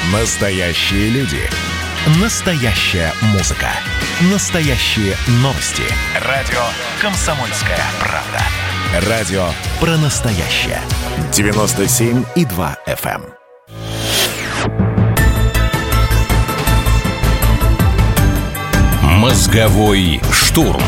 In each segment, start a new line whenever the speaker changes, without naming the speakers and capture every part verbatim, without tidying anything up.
Настоящие люди. Настоящая музыка. Настоящие новости. Радио «Комсомольская правда». Радио про настоящее. девяносто семь и два эф эм. Мозговой штурм.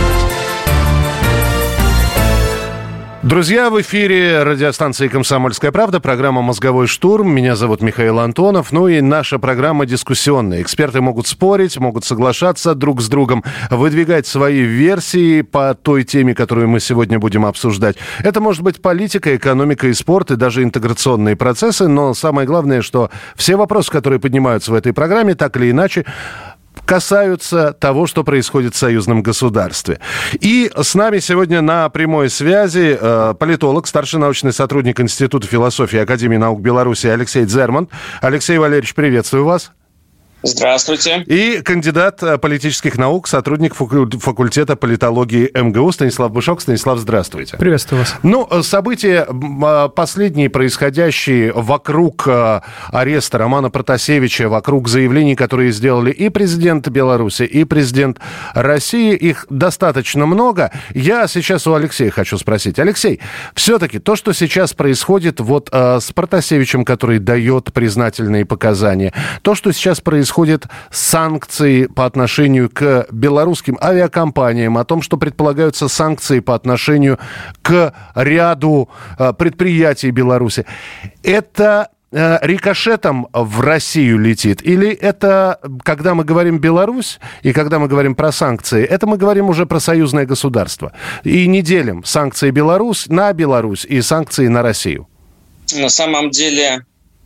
Друзья, в эфире радиостанции «Комсомольская правда», программа «Мозговой штурм». Меня зовут Михаил Антонов. Ну и наша программа дискуссионная. Эксперты могут спорить, могут соглашаться друг с другом, выдвигать свои версии по той теме, которую мы сегодня будем обсуждать. Это может быть политика, экономика и спорт, и даже интеграционные процессы. Но самое главное, что все вопросы, которые поднимаются в этой программе, так или иначе, касаются того, что происходит в союзном государстве. И с нами сегодня на прямой связи э, политолог, старший научный сотрудник Института философии Академии наук Беларуси Алексей Дзерман. Алексей Валерьевич, приветствую вас.
Здравствуйте.
И кандидат политических наук, сотрудник факультета политологии эм гэ у Станислав Бушок. Станислав, здравствуйте.
Приветствую вас.
Ну, события последние, происходящие вокруг ареста Романа Протасевича, вокруг заявлений, которые сделали и президент Беларуси, и президент России, их достаточно много. Я сейчас у Алексея хочу спросить. Алексей, все-таки то, что сейчас происходит вот с Протасевичем, который дает признательные показания, то, что сейчас происходит Происходят санкции по отношению к белорусским авиакомпаниям, о том, что предполагаются санкции по отношению к ряду предприятий Беларуси. Это рикошетом в Россию летит? Или это, когда мы говорим Беларусь и когда мы говорим про санкции, это мы говорим уже про союзное государство? И не делим санкции Беларусь на Беларусь и санкции на Россию?
На самом деле...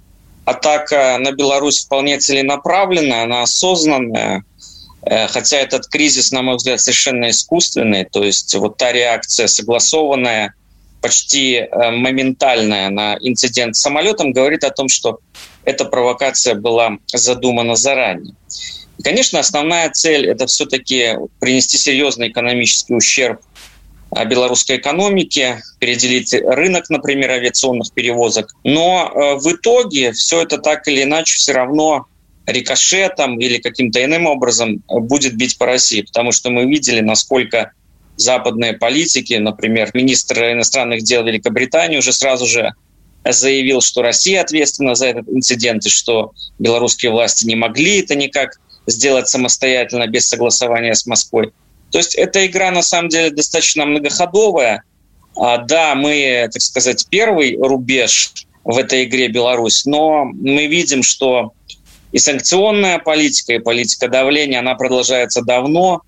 Атака на Беларусь вполне целенаправленная, она осознанная, хотя этот кризис, на мой взгляд, совершенно искусственный. То есть вот та реакция согласованная, почти моментальная на инцидент с самолетом говорит о том, что эта провокация была задумана заранее. И, конечно, основная цель – это все-таки принести серьезный экономический ущерб белорусской экономике, переделить рынок, например, авиационных перевозок. Но э, в итоге все это так или иначе все равно рикошетом или каким-то иным образом будет бить по России, потому что мы видели, насколько западные политики, например, министр иностранных дел Великобритании уже сразу же заявил, что Россия ответственна за этот инцидент и что белорусские власти не могли это никак сделать самостоятельно, без согласования с Москвой. То есть эта игра, на самом деле, достаточно многоходовая. А, да, мы, так сказать, первый рубеж в этой игре Беларусь, но мы видим, что и санкционная политика, и политика давления, она продолжается давно,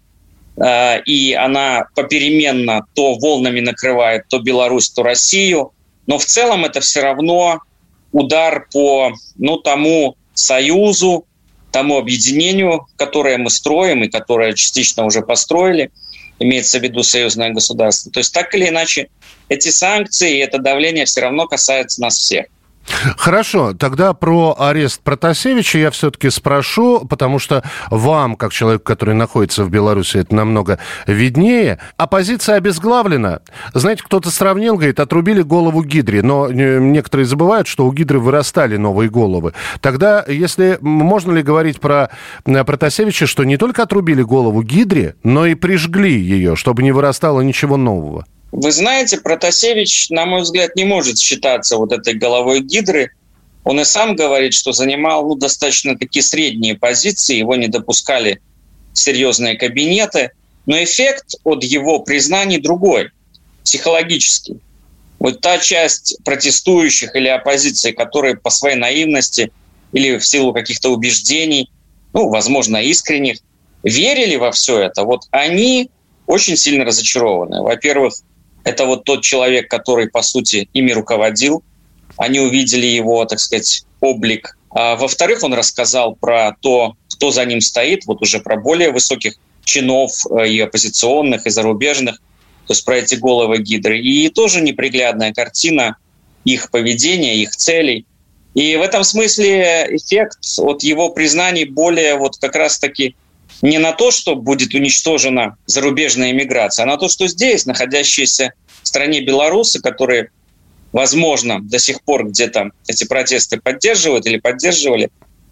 а, и она попеременно то волнами накрывает то Беларусь, то Россию. Но в целом это все равно удар по ну, тому союзу, тому объединению, которое мы строим и которое частично уже построили, имеется в виду союзное государство. То есть так или иначе эти санкции и это давление все равно касается нас всех.
Хорошо, тогда про арест Протасевича я все-таки спрошу, потому что вам, как человеку, который находится в Беларуси, это намного виднее. Оппозиция обезглавлена. Знаете, кто-то сравнил, говорит, отрубили голову Гидре, но некоторые забывают, что у Гидры вырастали новые головы. Тогда, если можно ли говорить про Протасевича, что не только отрубили голову Гидре, но и прижгли ее, чтобы не вырастало ничего нового?
Вы знаете, Протасевич, на мой взгляд, не может считаться вот этой головой Гидры. Он и сам говорит, что занимал ну, достаточно такие средние позиции, его не допускали в серьезные кабинеты. Но эффект от его признаний другой, психологический. Вот та часть протестующих или оппозиции, которые по своей наивности или в силу каких-то убеждений, ну, возможно, искренних, верили во все это, вот они очень сильно разочарованы. Во-первых, это вот тот человек, который, по сути, ими руководил. Они увидели его, так сказать, облик. А во-вторых, он рассказал про то, кто за ним стоит, вот уже про более высоких чинов и оппозиционных, и зарубежных, то есть про эти головы Гидры. И тоже неприглядная картина их поведения, их целей. И в этом смысле эффект от его признаний более вот как раз-таки не на то, что будет уничтожена зарубежная иммиграция, а на то, что здесь находящиеся в стране белорусы, которые, возможно, до сих пор где-то эти протесты поддерживают или поддерживали,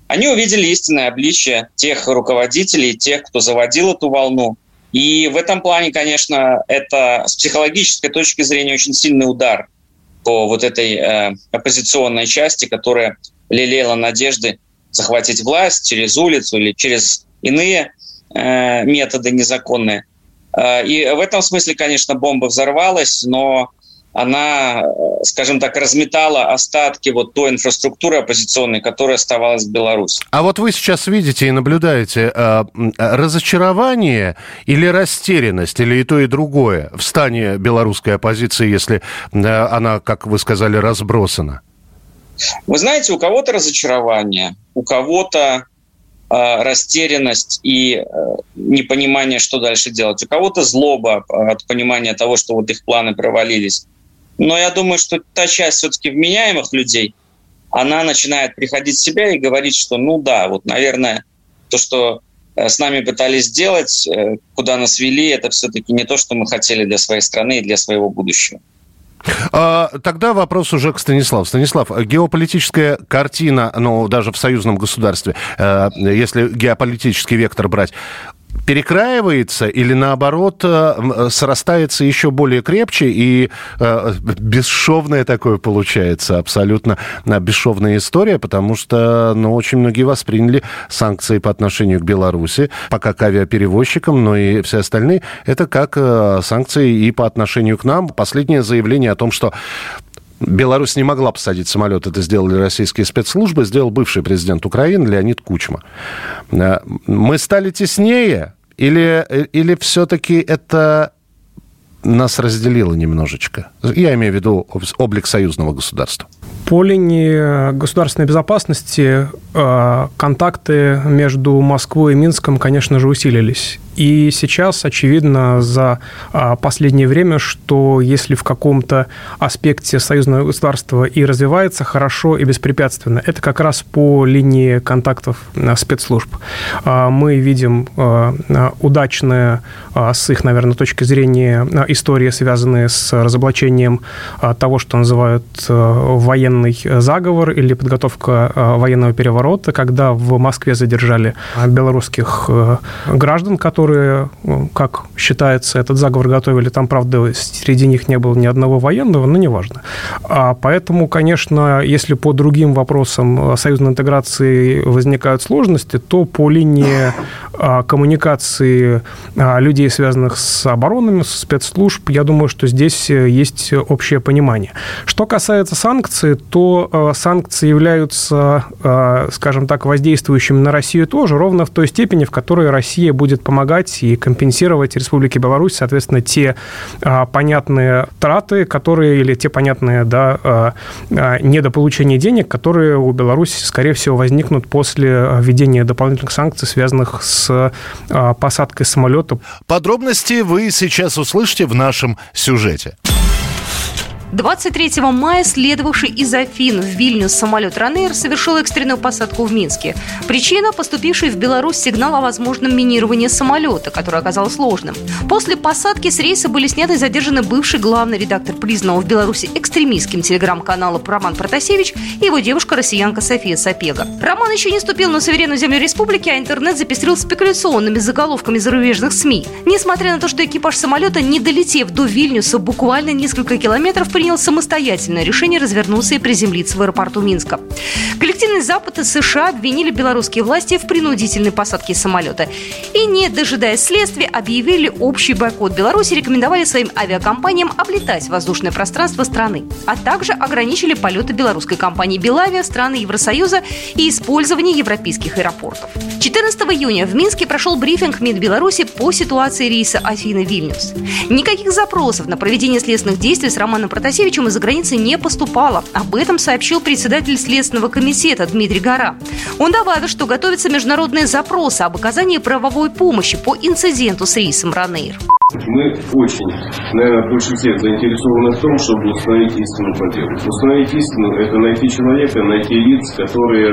они увидели истинное обличие тех руководителей, тех, кто заводил эту волну. И в этом плане, конечно, это с психологической точки зрения очень сильный удар по вот этой э, оппозиционной части, которая лелеяла надежды захватить власть через улицу или через иные э, методы незаконные. Э, и в этом смысле, конечно, бомба взорвалась, но она, скажем так, разметала остатки вот той инфраструктуры оппозиционной, которая оставалась в Беларуси.
А вот вы сейчас видите и наблюдаете э, разочарование или растерянность, или и то, и другое в стане белорусской оппозиции, если э, она, как вы сказали, разбросана?
Вы знаете, у кого-то разочарование, у кого-то э, растерянность и э, непонимание, что дальше делать, у кого-то злоба от понимания того, что вот их планы провалились. Но я думаю, что та часть все-таки вменяемых людей, она начинает приходить в себя и говорить, что ну да, вот, наверное, то, что с нами пытались сделать, куда нас вели, это все-таки не то, что мы хотели для своей страны и для своего будущего.
А, тогда вопрос уже к Станиславу. Станислав, геополитическая картина, ну, даже в союзном государстве, если геополитический вектор брать, перекраивается или, наоборот, срастается еще более крепче и э, бесшовная такое получается, абсолютно бесшовная история, потому что, ну, очень многие восприняли санкции по отношению к Беларуси, пока к авиаперевозчикам, но и все остальные, это как э, санкции и по отношению к нам. Последнее заявление о том, что Беларусь не могла посадить самолет, это сделали российские спецслужбы, сделал бывший президент Украины Леонид Кучма. Мы стали теснее или, или все-таки это нас разделило немножечко? Я имею в виду облик союзного государства.
По линии государственной безопасности контакты между Москвой и Минском, конечно же, усилились. И сейчас очевидно за последнее время, что если в каком-то аспекте союзное государство и развивается хорошо и беспрепятственно, это как раз по линии контактов спецслужб. Мы видим удачные, с их, наверное, точки зрения, истории, связанные с разоблачением того, что называют военный заговор или подготовка военного переворота, когда в Москве задержали белорусских граждан, которые, как считается, этот заговор готовили. Там, правда, среди них не было ни одного военного, но неважно. А поэтому, конечно, если по другим вопросам союзной интеграции возникают сложности, то по линии коммуникации людей, связанных с обороной, с спецслужб, я думаю, что здесь есть общее понимание. Что касается санкций, то санкции являются, скажем так, воздействующими на Россию тоже, ровно в той степени, в которой Россия будет помогать и компенсировать Республике Беларусь, соответственно, те а, понятные траты, которые, или те понятные, да, а, а, недополучения денег, которые у Беларуси, скорее всего, возникнут после введения дополнительных санкций, связанных с а, посадкой самолета.
Подробности вы сейчас услышите в нашем сюжете.
двадцать третьего мая следовавший из Афин в Вильнюс самолет Ryanair совершил экстренную посадку в Минске. Причина – поступивший в Беларусь сигнал о возможном минировании самолета, которое оказалось ложным. После посадки с рейса были сняты и задержаны бывший главный редактор признанного в Беларуси экстремистским телеграм-канала Роман Протасевич и его девушка-россиянка София Сапега. Роман еще не ступил на суверенную землю республики, а интернет запестрил спекуляционными заголовками зарубежных СМИ. Несмотря на то, что экипаж самолета, не долетев до Вильнюса буквально несколько километров, принял самостоятельное решение развернуться и приземлиться в аэропорту Минска. Коллективный Запад и США обвинили белорусские власти в принудительной посадке самолета. И, не дожидаясь следствия, объявили общий бойкот Беларуси и рекомендовали своим авиакомпаниям облетать воздушное пространство страны. А также ограничили полеты белорусской компании «Белавиа» в страны Евросоюза и использование европейских аэропортов. четырнадцатого июня в Минске прошел брифинг МИД Беларуси по ситуации рейса Афины-Вильнюс. Никаких запросов на проведение следственных действий с Романом Протасевичем из-за границы не поступало. Об этом сообщил председатель Следственного комитета Дмитрий Гора. Он добавил, что готовятся международные запросы об оказании правовой помощи по инциденту с рейсом Ryanair.
Мы очень, наверное, больше всех заинтересованы в том, чтобы установить истину по делу. Установить истину – это найти человека, найти лиц, которые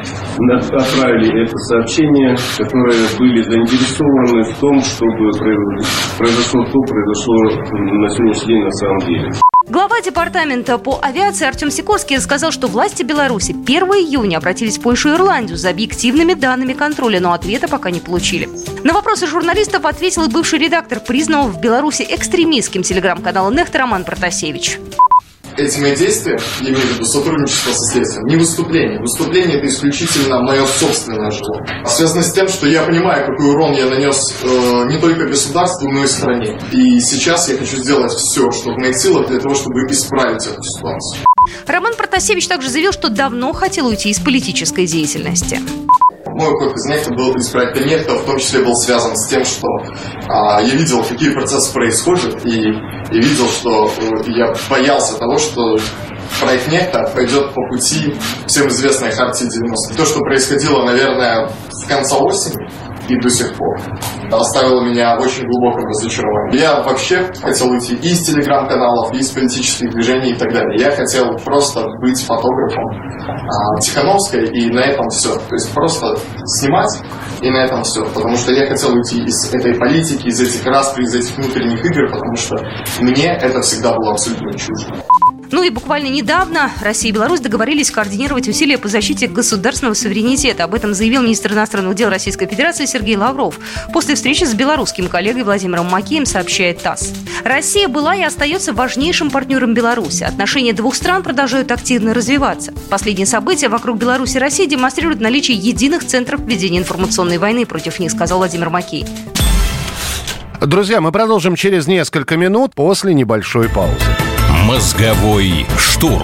отправили это сообщение, которые были заинтересованы в том, чтобы произошло то, произошло на сегодняшний день на самом деле.
Глава департамента по авиации Артем Сикорский рассказал, что власти Беларуси первого июня обратились в Польшу и Ирландию за объективными данными контроля, но ответа пока не получили. На вопросы журналистов ответил и бывший редактор признанного в Беларуси экстремистским телеграм-канала «Нехта» Роман Протасевич.
Эти мои действия, я имею в виду сотрудничество со следствием, не выступление. Выступление – это исключительно мое собственное желание. Связано с тем, что я понимаю, какой урон я нанес э, не только государству, но и стране. И сейчас я хочу сделать все, что в моих силах, для того, чтобы исправить эту ситуацию.
Роман Протасевич также заявил, что давно хотел уйти из политической деятельности.
Мой уход из «Нефти» был из проекта «Нефта», в том числе был связан с тем, что а, я видел, какие процессы происходят, и, и видел, что э, я боялся того, что проект «Нефта» пойдет по пути всем известной Хартии девяностых. То, что происходило, наверное, с конца осени и до сих пор, оставило меня в очень глубоком разочаровании. Я вообще хотел уйти и из телеграм-каналов, и из политических движений и так далее. Я хотел просто быть фотографом а, Тихановской, и на этом все. То есть просто снимать, и на этом все. Потому что я хотел уйти из этой политики, из этих распри, из этих внутренних игр, потому что мне это всегда было абсолютно чуждо.
Ну и буквально недавно Россия и Беларусь договорились координировать усилия по защите государственного суверенитета. Об этом заявил министр иностранных дел Российской Федерации Сергей Лавров после встречи с белорусским коллегой Владимиром Макеем, сообщает ТАСС. Россия была и остается важнейшим партнером Беларуси. Отношения двух стран продолжают активно развиваться. Последние события вокруг Беларуси и России демонстрируют наличие единых центров ведения информационной войны против них, сказал Владимир Макей.
Друзья, мы продолжим через несколько минут после небольшой паузы.
Мозговой штурм.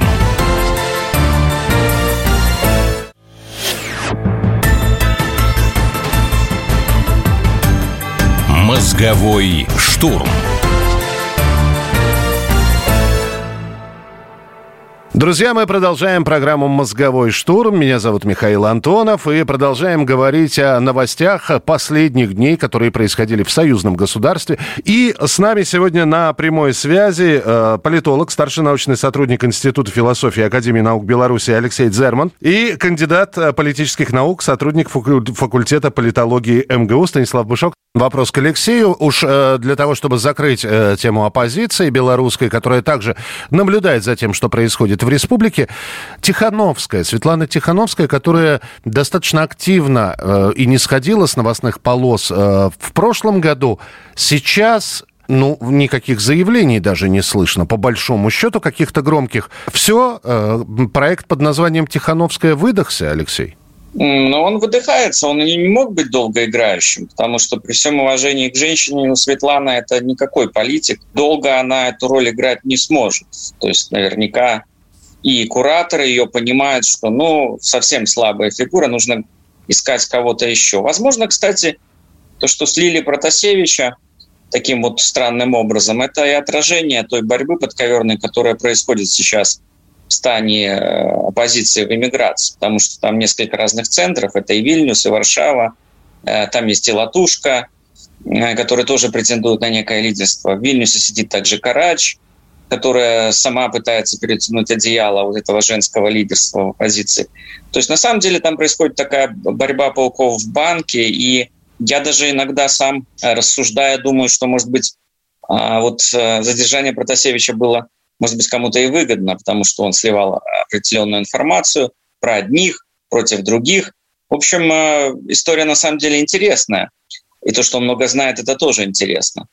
Мозговой штурм.
Друзья, мы продолжаем программу «Мозговой штурм». Меня зовут Михаил Антонов. И продолжаем говорить о новостях последних дней, которые происходили в союзном государстве. И с нами сегодня на прямой связи э, политолог, старший научный сотрудник Института философии Академии наук Беларуси Алексей Дзерман и кандидат политических наук, сотрудник факультета политологии эм гэ у Станислав Бышок. Вопрос к Алексею. Уж э, для того, чтобы закрыть э, тему оппозиции белорусской, которая также наблюдает за тем, что происходит в республике, Тихановская, Светлана Тихановская, которая достаточно активно э, и не сходила с новостных полос э, в прошлом году, сейчас... Ну, никаких заявлений даже не слышно, по большому счету, каких-то громких. Все, э, проект под названием «Тихановская» выдохся, Алексей?
Но он выдыхается, он не мог быть долгоиграющим, потому что при всем уважении к женщине, ну, Светлана — это никакой политик. Долго она эту роль играть не сможет. То есть наверняка и кураторы ее понимают, что, ну, совсем слабая фигура, нужно искать кого-то еще. Возможно, кстати, то, что слили Протасевича таким вот странным образом, это и отражение той борьбы подковерной, которая происходит сейчас в стане оппозиции в эмиграции, потому что там несколько разных центров, это и Вильнюс, и Варшава, там есть и Латушка, который тоже претендует на некое лидерство. В Вильнюсе сидит также Карач, которая сама пытается перетянуть одеяло вот этого женского лидерства в оппозиции. То есть на самом деле там происходит такая борьба пауков в банке, и я даже иногда сам, рассуждая, думаю, что, может быть, вот задержание Протасевича было, может быть, кому-то и выгодно, потому что он сливал определенную информацию про одних против других. В общем, история на самом деле интересная. И то, что он много знает, это тоже интересно.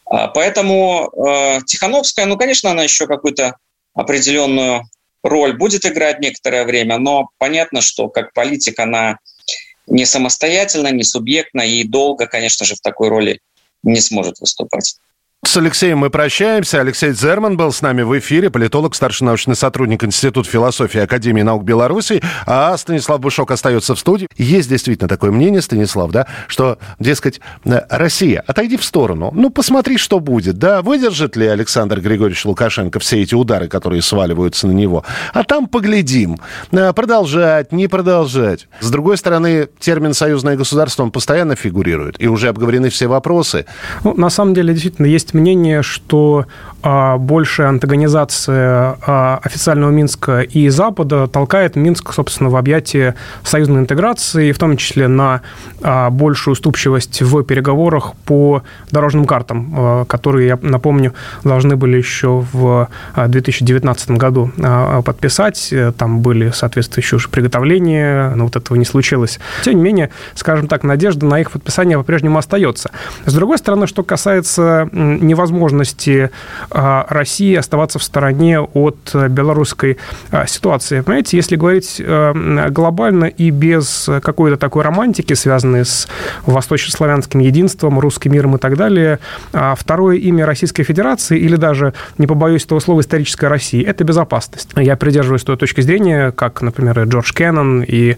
Поэтому Тихановская, ну, конечно, она еще какую-то определенную роль будет играть некоторое время, но понятно, что как политик она не самостоятельно, не субъектно и долго, конечно же, в такой роли не сможет выступать.
С Алексеем мы прощаемся. Алексей Дзерман был с нами в эфире, политолог, старший научный сотрудник Института философии Академии наук Беларуси, а Станислав Бышок остается в студии. Есть действительно такое мнение, Станислав, да, что, дескать, Россия, отойди в сторону, ну, посмотри, что будет, да, выдержит ли Александр Григорьевич Лукашенко все эти удары, которые сваливаются на него, а там поглядим, продолжать, не продолжать. С другой стороны, термин «союзное государство» он постоянно фигурирует, и уже обговорены все вопросы.
Ну, на самом деле, действительно, есть есть мнение, что большая антагонизация официального Минска и Запада толкает Минск, собственно, в объятия союзной интеграции, в том числе на большую уступчивость в переговорах по дорожным картам, которые, я напомню, должны были еще в две тысячи девятнадцатом году подписать. Там были соответствующие уже приготовления, но вот этого не случилось. Тем не менее, скажем так, надежда на их подписание по-прежнему остается. С другой стороны, что касается невозможности России оставаться в стороне от белорусской ситуации. Понимаете, если говорить глобально и без какой-то такой романтики, связанной с восточнославянским единством, русским миром и так далее, второе имя Российской Федерации, или даже, не побоюсь этого слова, исторической России, это безопасность. Я придерживаюсь той точки зрения, как, например, и Джордж Кеннон, и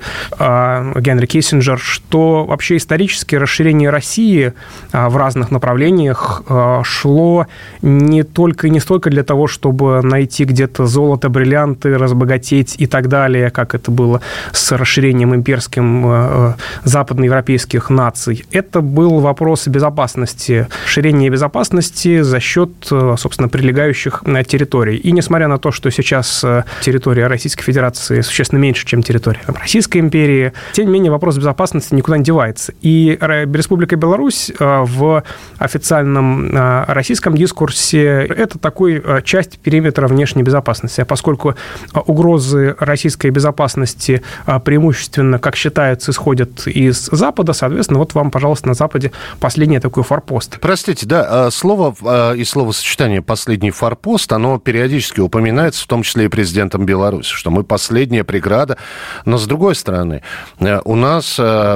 Генри Киссинджер, что вообще исторически расширение России в разных направлениях шло не только только и не столько для того, чтобы найти где-то золото, бриллианты, разбогатеть и так далее, как это было с расширением имперским э, западноевропейских наций. Это был вопрос безопасности, расширения безопасности за счет, собственно, прилегающих территорий. И несмотря на то, что сейчас территория Российской Федерации существенно меньше, чем территория там, Российской империи, тем не менее вопрос безопасности никуда не девается. И Республика Беларусь в официальном российском дискурсе это такой часть периметра внешней безопасности. А поскольку угрозы российской безопасности преимущественно, как считается, исходят из Запада, соответственно, вот вам, пожалуйста, на Западе последний такой форпост.
Простите, да, слово и словосочетание «последний форпост», оно периодически упоминается, в том числе и президентом Беларуси, что мы последняя преграда. Но, с другой стороны, у нас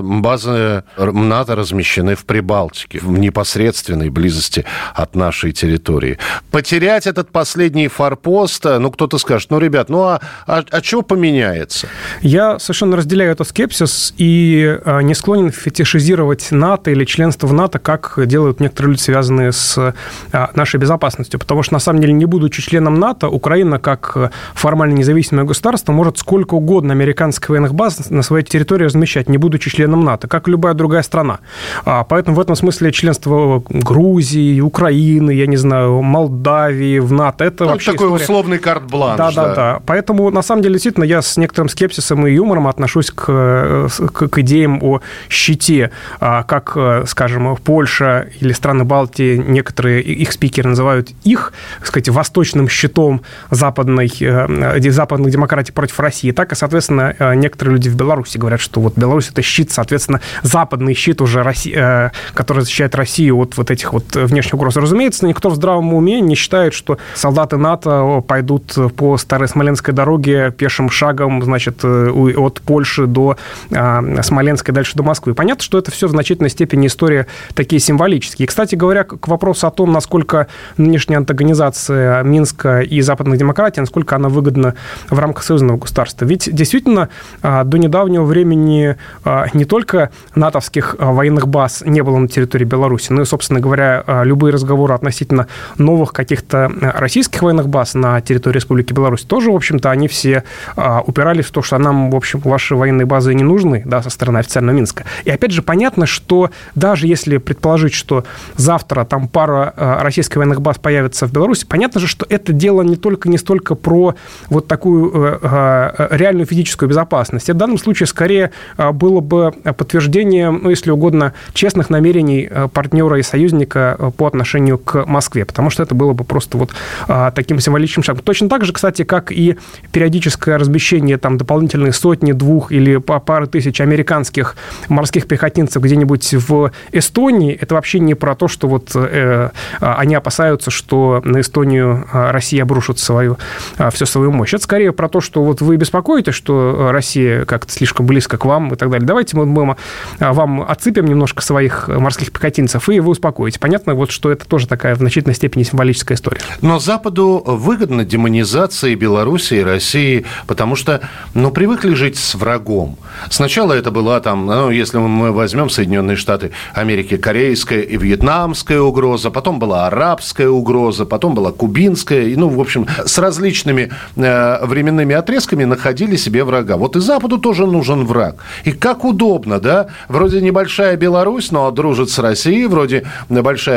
базы НАТО размещены в Прибалтике, в непосредственной близости от нашей территории. Потерять этот последний форпост, ну, кто-то скажет, ну, ребят, ну, а, а, а что поменяется?
Я совершенно разделяю этот скепсис и не склонен фетишизировать НАТО или членство в НАТО, как делают некоторые люди, связанные с нашей безопасностью. Потому что, на самом деле, не будучи членом НАТО, Украина, как формально независимое государство, может сколько угодно американских военных баз на своей территории размещать, не будучи членом НАТО, как любая другая страна. Поэтому в этом смысле членство Грузии, Украины, я не знаю, Молдавии в НАТО, это ну, вообще
такой
история... условный
карт-бланш.
Да, да, да, да. Поэтому, на самом деле, действительно, я с некоторым скепсисом и юмором отношусь к, к, к идеям о щите, как, скажем, Польша или страны Балтии, некоторые их спикеры называют их, так сказать, восточным щитом западной, западных демократий против России. Так и, соответственно, некоторые люди в Беларуси говорят, что вот Беларусь – это щит, соответственно, западный щит уже, России, который защищает Россию от вот этих вот внешних угроз. Разумеется, никто в здравом уме не считает, что солдаты НАТО пойдут по старой Смоленской дороге пешим шагом, значит, от Польши до Смоленска и дальше до Москвы. Понятно, что это все в значительной степени история такие символические. И, кстати говоря, к вопросу о том, насколько нынешняя антагонизация Минска и западных демократий, насколько она выгодна в рамках союзного государства. Ведь действительно до недавнего времени не только натовских военных баз не было на территории Беларуси, но и, собственно говоря, любые разговоры относительно новых каких-то российских военных баз на территории Республики Беларусь тоже, в общем-то, они все упирались в то, что нам, в общем, ваши военные базы не нужны, да, со стороны официального Минска. И опять же, понятно, что даже если предположить, что завтра там пара российских военных баз появится в Беларуси, понятно же, что это дело не только не столько про вот такую реальную физическую безопасность. Это в данном случае скорее было бы подтверждение, ну, если угодно, честных намерений партнера и союзника по отношению к Москве, потому что это было бы просто вот таким символическим шагом. Точно так же, кстати, как и периодическое размещение там дополнительные сотни, двух или пары тысяч американских морских пехотинцев где-нибудь в Эстонии, это вообще не про то, что вот э, они опасаются, что на Эстонию Россия обрушит свою, всю свою мощь. Это скорее про то, что вот вы беспокоитесь, что Россия как-то слишком близко к вам и так далее. Давайте мы, мы вам отсыпем немножко своих морских пехотинцев, и вы успокоите. Понятно, вот, что это тоже такая в значительной степени символическая история.
Но Западу выгодна демонизация Беларуси и России, потому что, ну, привыкли жить с врагом. Сначала это была там, ну, если мы возьмем Соединенные Штаты Америки, корейская и вьетнамская угроза, потом была арабская угроза, потом была кубинская, и, ну, в общем, с различными э, временными отрезками находили себе врага. Вот и Западу тоже нужен враг. И как удобно, да? Вроде небольшая Беларусь, но дружит с Россией, вроде большая Россия,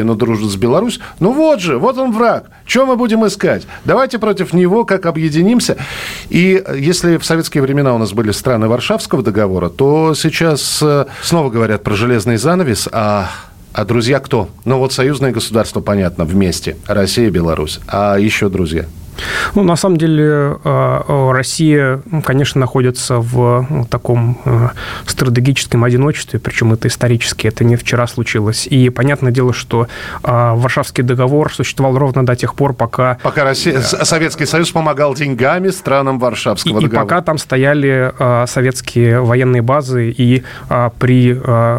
Украина дружит с Беларусью. Ну вот же, вот он враг. Что мы будем искать? Давайте против него как объединимся. И если в советские времена у нас были страны Варшавского договора, то сейчас снова говорят про железный занавес, а... А друзья кто? Ну, вот союзное государство, понятно, вместе. Россия, Беларусь. А еще друзья?
Ну, на самом деле, Россия, конечно, находится в таком стратегическом одиночестве, причем это исторически, это не вчера случилось. И понятное дело, что Варшавский договор существовал ровно до тех пор, пока...
Пока Россия, Советский Союз помогал деньгами странам Варшавского
и,
договора.
И пока там стояли советские военные базы, и при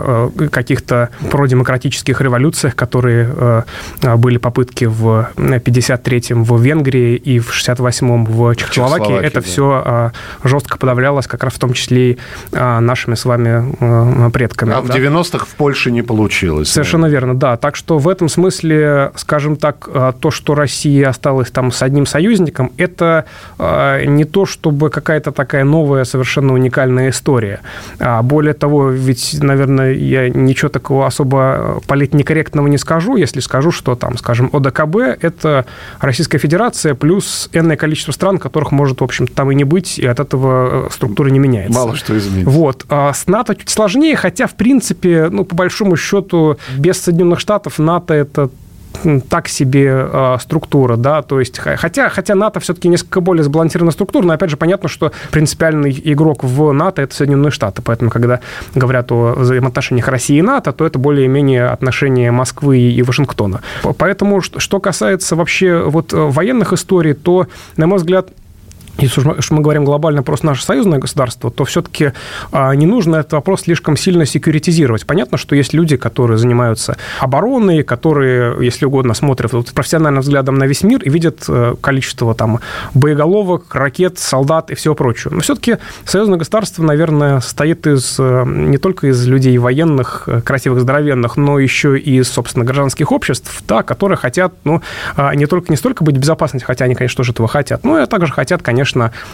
каких-то продемократических революциях, которые были попытки в пятьдесят третьем в Венгрии и в шестьдесят восьмом в Чехословакии, Чехословакии это да. все а, жестко подавлялось, как раз в том числе и а, нашими с вами а, предками.
А
да?
в девяностых в Польше не получилось.
Совершенно да. верно, да. Так что в этом смысле, скажем так, то, что Россия осталась там с одним союзником, это а, не то, чтобы какая-то такая новая, совершенно уникальная история. А, более того, ведь, наверное, я ничего такого особо политнекорректного не скажу, если скажу, что там, скажем, ОДКБ – это Российская Федерация плюс энное количество стран, которых может, в общем-то, там и не быть, и от этого структура не меняется.
Мало что изменится.
Вот. А с НАТО чуть сложнее, хотя, в принципе, ну, по большому счету, без Соединенных Штатов НАТО – это так себе э, структура, да, то есть, хотя, хотя НАТО все-таки несколько более сбалансированная структура, но, опять же, понятно, что принципиальный игрок в НАТО – это Соединенные Штаты, поэтому, когда говорят о взаимоотношениях России и НАТО, то это более-менее отношения Москвы и Вашингтона. Поэтому, что касается вообще вот военных историй, то, на мой взгляд, если уж мы говорим глобально просто наше союзное государство, то все-таки не нужно этот вопрос слишком сильно секьюритизировать. Понятно, что есть люди, которые занимаются обороной, которые, если угодно, смотрят вот профессиональным взглядом на весь мир и видят количество там боеголовок, ракет, солдат и всего прочего. Но все-таки союзное государство, наверное, состоит из, не только из людей военных, красивых, здоровенных, но еще и из, собственно, гражданских обществ, да, которые хотят, ну, не только не столько быть в безопасности, хотя они, конечно, тоже этого хотят, но и также хотят, конечно,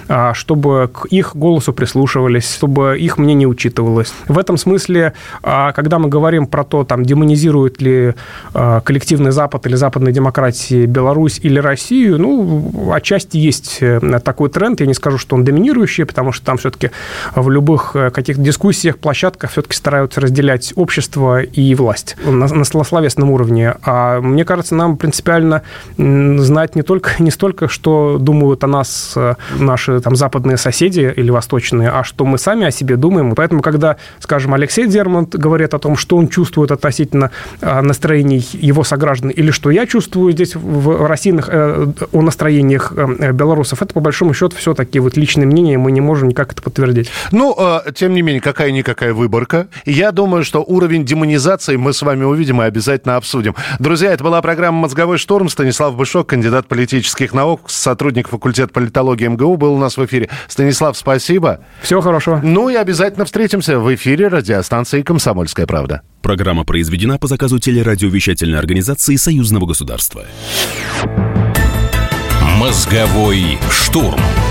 чтобы к их голосу прислушивались, чтобы их мнение учитывалось. В этом смысле, когда мы говорим про то, там, демонизирует ли коллективный Запад или западные демократии Беларусь или Россию, ну, отчасти есть такой тренд. Я не скажу, что он доминирующий, потому что там все-таки в любых каких-то дискуссиях, площадках все-таки стараются разделять общество и власть на, на словесном уровне. А мне кажется, нам принципиально знать не только, не столько, что думают о нас наши там западные соседи или восточные, а что мы сами о себе думаем. И поэтому, когда, скажем, Алексей Дермонт говорит о том, что он чувствует относительно настроений его сограждан, или что я чувствую здесь в российных о настроениях белорусов, это, по большому счету, все такие вот личные мнения, мы не можем никак это подтвердить.
Ну, тем не менее, какая-никакая выборка. Я думаю, что уровень демонизации мы с вами увидим и обязательно обсудим. Друзья, это была программа «Мозговой штурм». Станислав Бышок, кандидат политических наук, сотрудник факультета политологии эм гэ у, был у нас в эфире. Станислав, спасибо.
Всего хорошего.
Ну и обязательно встретимся в эфире радиостанции «Комсомольская правда».
Программа произведена по заказу телерадиовещательной организации Союзного государства. «Мозговой штурм».